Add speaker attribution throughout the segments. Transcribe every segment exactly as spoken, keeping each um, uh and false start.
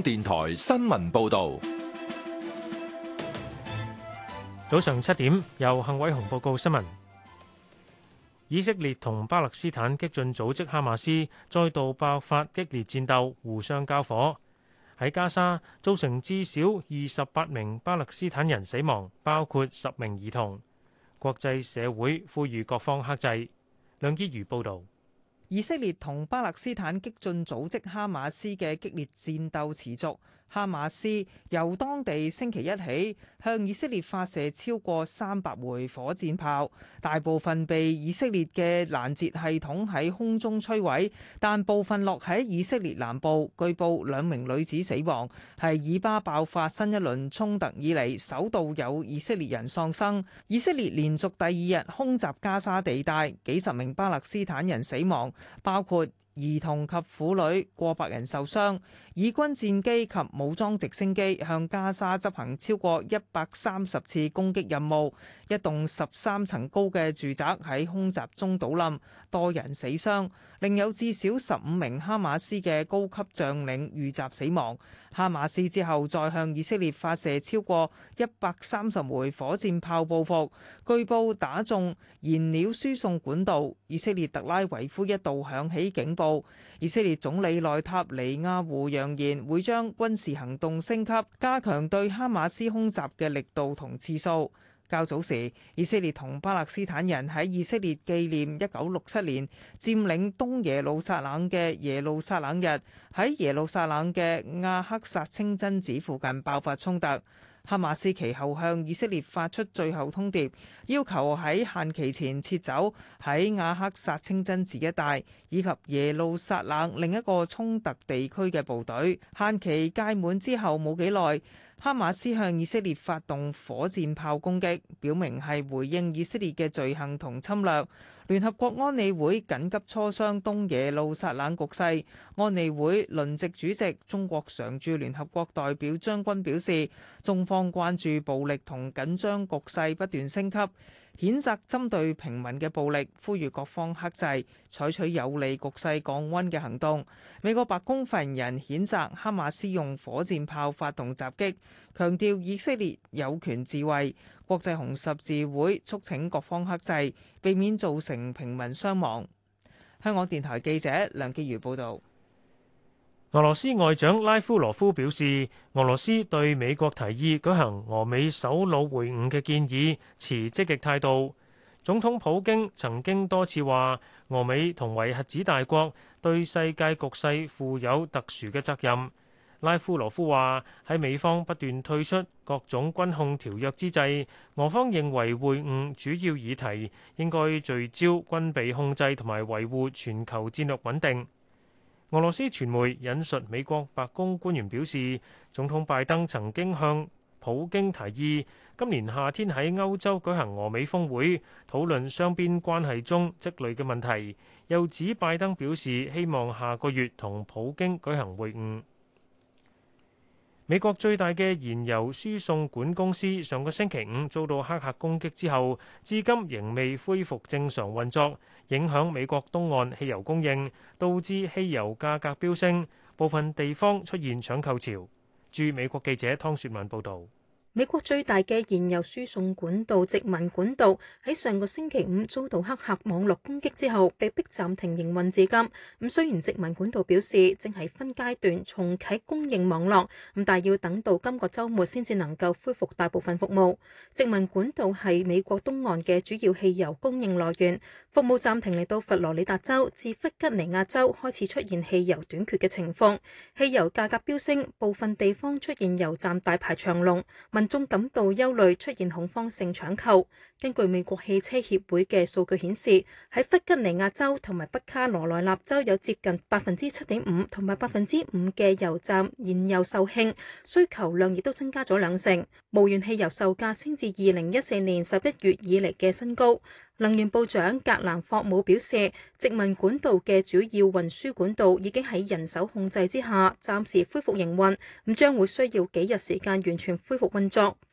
Speaker 1: 電台新聞報道。
Speaker 2: 早上七點，由幸偉雄報告新聞。以色列同巴勒斯坦激進組織哈馬斯再度爆發激烈戰鬥，互相交火。喺加沙造成至少二十八名巴勒斯坦人死亡，包括十名兒童。國際社會呼籲各方克制。梁潔如報導。
Speaker 3: 以色列同巴勒斯坦激進組織哈馬斯嘅激烈戰鬥持續。哈馬斯由當地星期一起向以色列發射超過三百枚火箭炮，大部分被以色列嘅攔截系統喺空中摧毀，但部分落喺以色列南部。據報兩名女子死亡，係以巴爆發新一輪衝突以嚟首度有以色列人喪生。以色列連續第二日空襲加沙地帶，幾十名巴勒斯坦人死亡，包括兒童及婦女，過百人受傷。以軍戰機及武裝直升機向加沙執行超過一百三十次攻擊任務，一棟十三層高嘅住宅喺空襲中倒冧，多人死傷，另有至少十五名哈馬斯嘅高級將領遇襲死亡。哈馬斯之後再向以色列發射超過一百三十枚火箭炮報復，據報打中燃料輸送管道。以色列特拉維夫一度響起警報。以色列總理內塔尼亞胡揚言會將軍事行動升級，加強對哈馬斯空襲嘅力度同次數。較早時，以色列同巴勒斯坦人喺以色列紀念一九六七年佔領東耶路撒冷嘅耶路撒冷日，喺耶路撒冷嘅亞克薩清真寺附近爆發衝突。哈馬斯其後向以色列發出最後通牒，要求喺限期前撤走喺亞克薩清真寺一帶以及耶路撒冷另一個衝突地區嘅部隊。限期屆滿之後冇幾耐，哈馬斯向以色列發動火箭炮攻擊，表明係回應以色列嘅罪行同侵略。聯合國安理會緊急磋商東耶路撒冷局勢，安理會輪值主席中國常駐聯合國代表張軍表示，中方關注暴力同緊張局勢不斷升級，譴責針對平民嘅暴力，呼籲各方克制，採取有利局勢降溫嘅行動。美國白宮發言人譴責哈馬斯用火箭炮發動襲擊，強調以色列有權自衛。國際紅十字會促請各方克制，避免造成平民傷亡。香港電台記者梁潔如報導。
Speaker 2: 俄羅斯外長拉夫羅夫表示，俄羅斯對美國提議舉行俄美首腦會晤嘅建議持積極態度。總統普京曾經多次話，俄美同為核子大國，對世界局勢負有特殊嘅責任。拉夫羅夫話，喺美方不斷退出各種軍控條約之際，俄方認為會晤主要議題應該聚焦軍備控制同埋維護全球戰略穩定。俄羅斯傳媒引述美國白宮官員表示，總統拜登曾經向普京提議，今年夏天喺歐洲舉行俄美峰會，討論雙邊關係中積累嘅問題。又指拜登表示希望下個月同普京舉行會晤。美國最大嘅燃油輸送管公司上個星期五遭到黑客攻擊之後，至今仍未恢復正常運作，影響美國東岸汽油供應，導致汽油價格飆升，部分地方出現搶購潮。駐美國記者湯雪文報導。
Speaker 4: 美國最大嘅燃油輸送管道殖民管道喺上個星期五遭到黑客網絡攻擊之後，被迫暫停營運至今。咁雖然殖民管道表示正係分階段重啟供應網絡，咁但係要等到今個週末先至能夠恢復大部分服務。殖民管道係美國東岸嘅主要汽油供應來源，服務暫停嚟到佛羅里達州至弗吉尼亞州開始出現汽油短缺嘅情況，汽油價格飆升，部分地方出現油站大排長龍。民眾感到憂慮，出現恐慌性搶購。根據美國汽車協會嘅數據顯示，喺弗吉尼亞州同埋北卡羅來納州有接近百分之七點五同埋百分之五嘅油站燃油售罄，需求量亦都增加咗兩成。無鉛汽油售價升至二零一四年十一月以嚟嘅新高。能源部長格蘭霍姆表示，殖民管道嘅主要運輸管道已經喺人手控制之下暫時恢復營運，咁將會需要幾日時間完全恢復運作，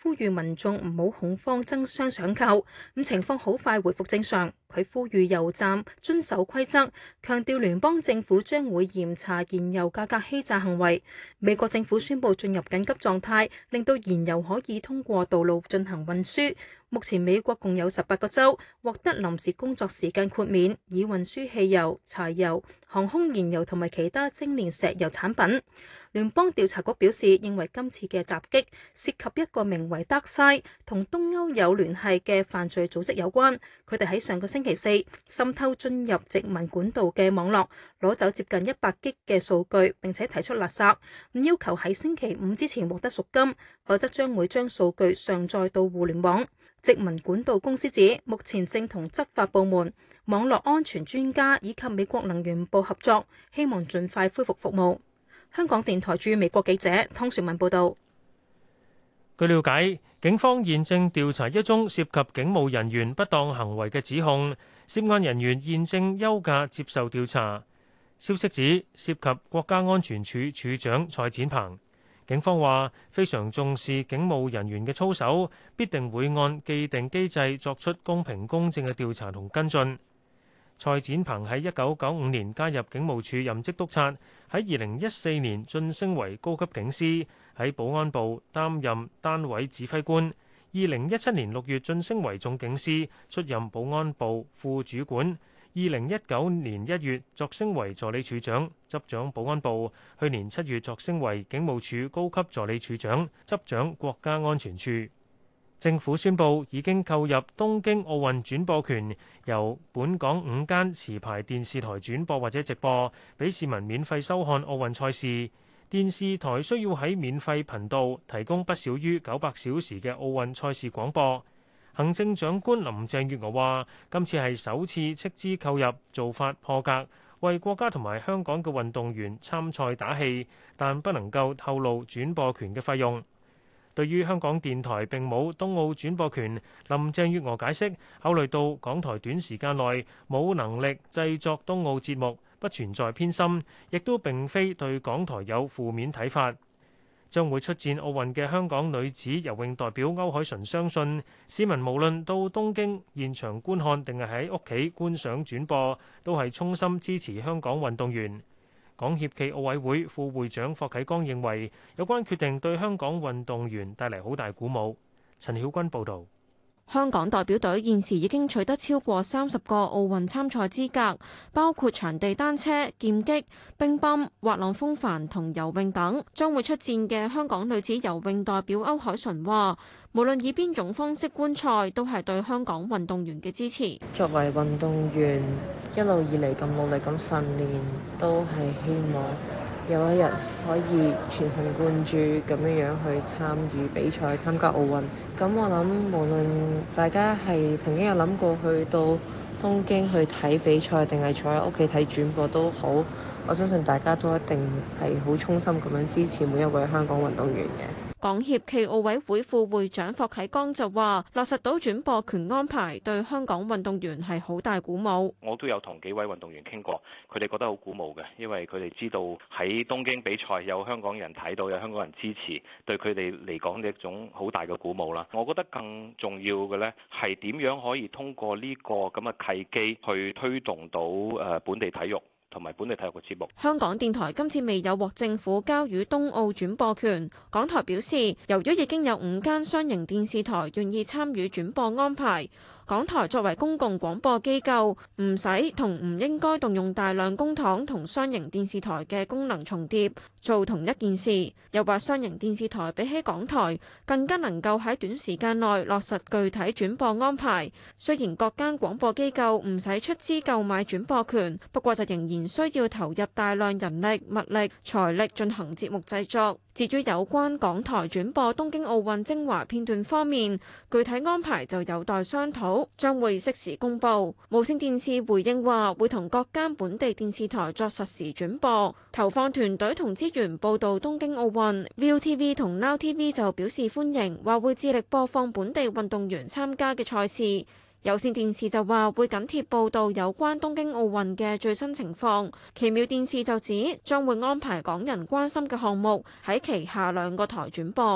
Speaker 4: 呼籲民眾唔好恐慌爭相搶購，咁情況好快回復正常。佢呼籲油站遵守規則，強調聯邦政府將會嚴查燃油價格欺詐行為。美國政府宣布進入緊急狀態，令到燃油可以通過道路進行運輸。目前美國共有十八個州獲得臨時工作時間豁免，以運輸汽油、柴油、航空燃油同埋其他精煉石油產品。聯邦調查局表示，認為今次嘅襲擊涉及一個名為德西同東歐有聯繫嘅犯罪組織有關。佢哋喺上個星期四滲透進入殖民管道嘅網絡，攞走接近一百 G 嘅數據，並且提出勒索，咁要求喺星期五之前獲得贖金，否則將會將數據上載到互聯網。殖民管道公司指，目前正同執法部門、網絡安全專家以及美國能源部合作，希望盡快恢復服務。香港電台駐美國記者湯雪文報道。
Speaker 2: 據了解，警方現正調查一宗涉及警務人員不當行為嘅指控，涉案人員現正休假接受調查。消息指涉及國家安全處處長蔡展鵬。警方話非常重視警務人員嘅操守，必定會按既定機制作出公平公正嘅調查同跟進。蔡展鵬喺一九九五年加入警務處任職督察，喺二零一四年晉升為高級警司，喺保安部擔任單位指揮官。二零一七年六月晉升為總警司，出任保安部副主管。二零一九年一月擢升為助理處長，執掌保安部。去年七月擢升為警務處高級助理處長，執掌國家安全處。政府宣布已經購入東京奧運轉播權，由本港五間持牌電視台轉播或者直播，俾市民免費收看奧運賽事。電視台需要喺免費頻道提供不少於九百小時嘅奧運賽事廣播。行政長官林鄭月娥話：今次係首次斥資購入，做法破格，為國家同埋香港嘅運動員參賽打氣，但不能夠透露轉播權嘅費用。對於香港電台並冇東奧轉播權，林鄭月娥解釋，考慮到港台短時間內冇能力製作東奧節目，不存在偏心，亦都並非對港台有負面睇法。將會出戰奧運嘅香港女子游泳代表歐鎧淳相信，市民無論到東京現場觀看定係喺屋企觀賞轉播，都係衷心支持香港運動員。港協暨奧委會副會長霍啟剛認為，有關決定對香港運動員帶嚟好大鼓舞。陳曉君報導。
Speaker 5: 香港代表隊現時已經取得超過三十個奧運參賽資格，包括場地單車、劍擊、乒乓、滑浪風帆同游泳等。將會出戰嘅香港女子游泳代表歐鎧淳話，無論以邊種方式觀賽，都係對香港運動員嘅支持。
Speaker 6: 作為運動員，一路以嚟咁努力咁訓練，都係希望有一日可以全神貫注咁樣樣去參與比賽、參加奧運。咁我諗，無論大家係曾經有諗過去到東京去睇比賽，定係坐喺屋企睇轉播都好，我相信大家都一定係好衷心咁樣支持每一位香港運動員嘅。
Speaker 5: 港協暨奧委會副會長霍啟剛就話：落實到轉播權安排，對香港運動員係好大鼓舞。
Speaker 7: 我都有同幾位運動員傾過，佢哋覺得好鼓舞嘅，因為佢哋知道喺東京比賽有香港人睇到，有香港人支持，對佢哋嚟講係一種好大嘅鼓舞啦。我覺得更重要嘅呢係點樣可以通過呢個咁嘅契機去推動到誒本地體育同埋本地體育嘅節目。
Speaker 5: 香港電台今次未有獲政府交予東奧轉播權。港台表示，由於已經有五間商營電視台願意參與轉播安排，港台作為公共廣播機構，唔使同唔應該動用大量公帑同商營電視台嘅功能重疊，做同一件事。又話商營電視台比起港台更加能夠喺短時間內落實具體轉播安排。雖然各間廣播機構唔使出資購買轉播權，不過就仍然需要投入大量人力、物力、財力進行節目製作。至於有關港台轉播東京奧運精華片段方面，具體安排就有待商討，將會適時公佈。無線電視回應話，會同各間本地電視台作實時轉播，投放團隊同資源報導東京奧運。V O T V 同 Now T V 就表示歡迎，話會致力播放本地運動員參加嘅賽事。有線電視就話會緊貼報導有關東京奧運嘅最新情況。奇妙電視就指將會安排港人關心嘅項目喺旗下兩個台轉播。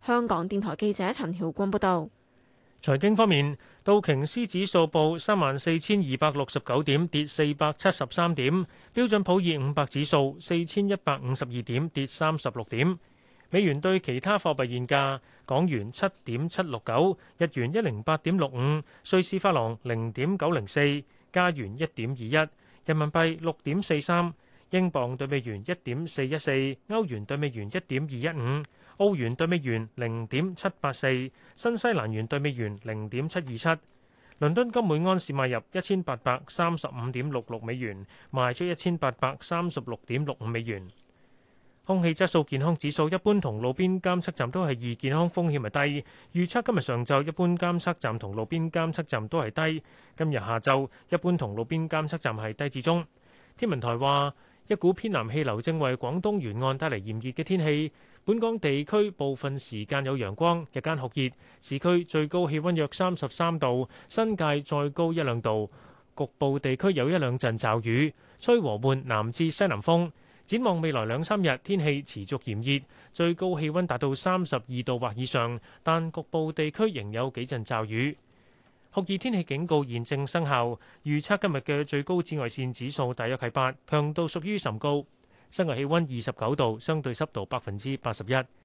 Speaker 5: 香港電台記者陳曉君報道。
Speaker 2: 財經方面，道瓊斯指數報三萬四千二百六十九點，跌四百七十三點；標準普爾五百指數四千一百五十二點，跌三十六點。美元對其他貨幣現價：港元七點七六九，日元一零八點六五，瑞士法郎零點九零四，加元一點二一，人民幣六點四三，英鎊對美元一點四一四，歐元對美元一點二一五。澳元對美元零點七八四，新西蘭元對美元零點七二七。倫敦金每安士買入一千八百三十五點六六美元，賣出一千八百三十六點六五美元。空氣質素健康指數一般同路邊監測站都係二，健康風險係低。預測今日上晝一般監測站同路邊監測站都係低，今日下晝一般同路邊監測站係低至中。天文台話，一股偏南氣流正為廣東沿岸帶嚟炎熱嘅天氣。本港地區部分時間有陽光，日間酷熱，市區最高氣温約三十三度，新界再高一兩度，局部地區有一兩陣驟雨，吹和緩南至西南風。展望未來兩三日，天氣持續炎熱，最高氣温達到三十二度或以上，但局部地區仍有幾陣驟雨。酷熱天氣警告現正生效，預測今日嘅最高紫外線指數大約係八，強度屬於甚高。室外氣温二十九度，相對濕度百分之八十一。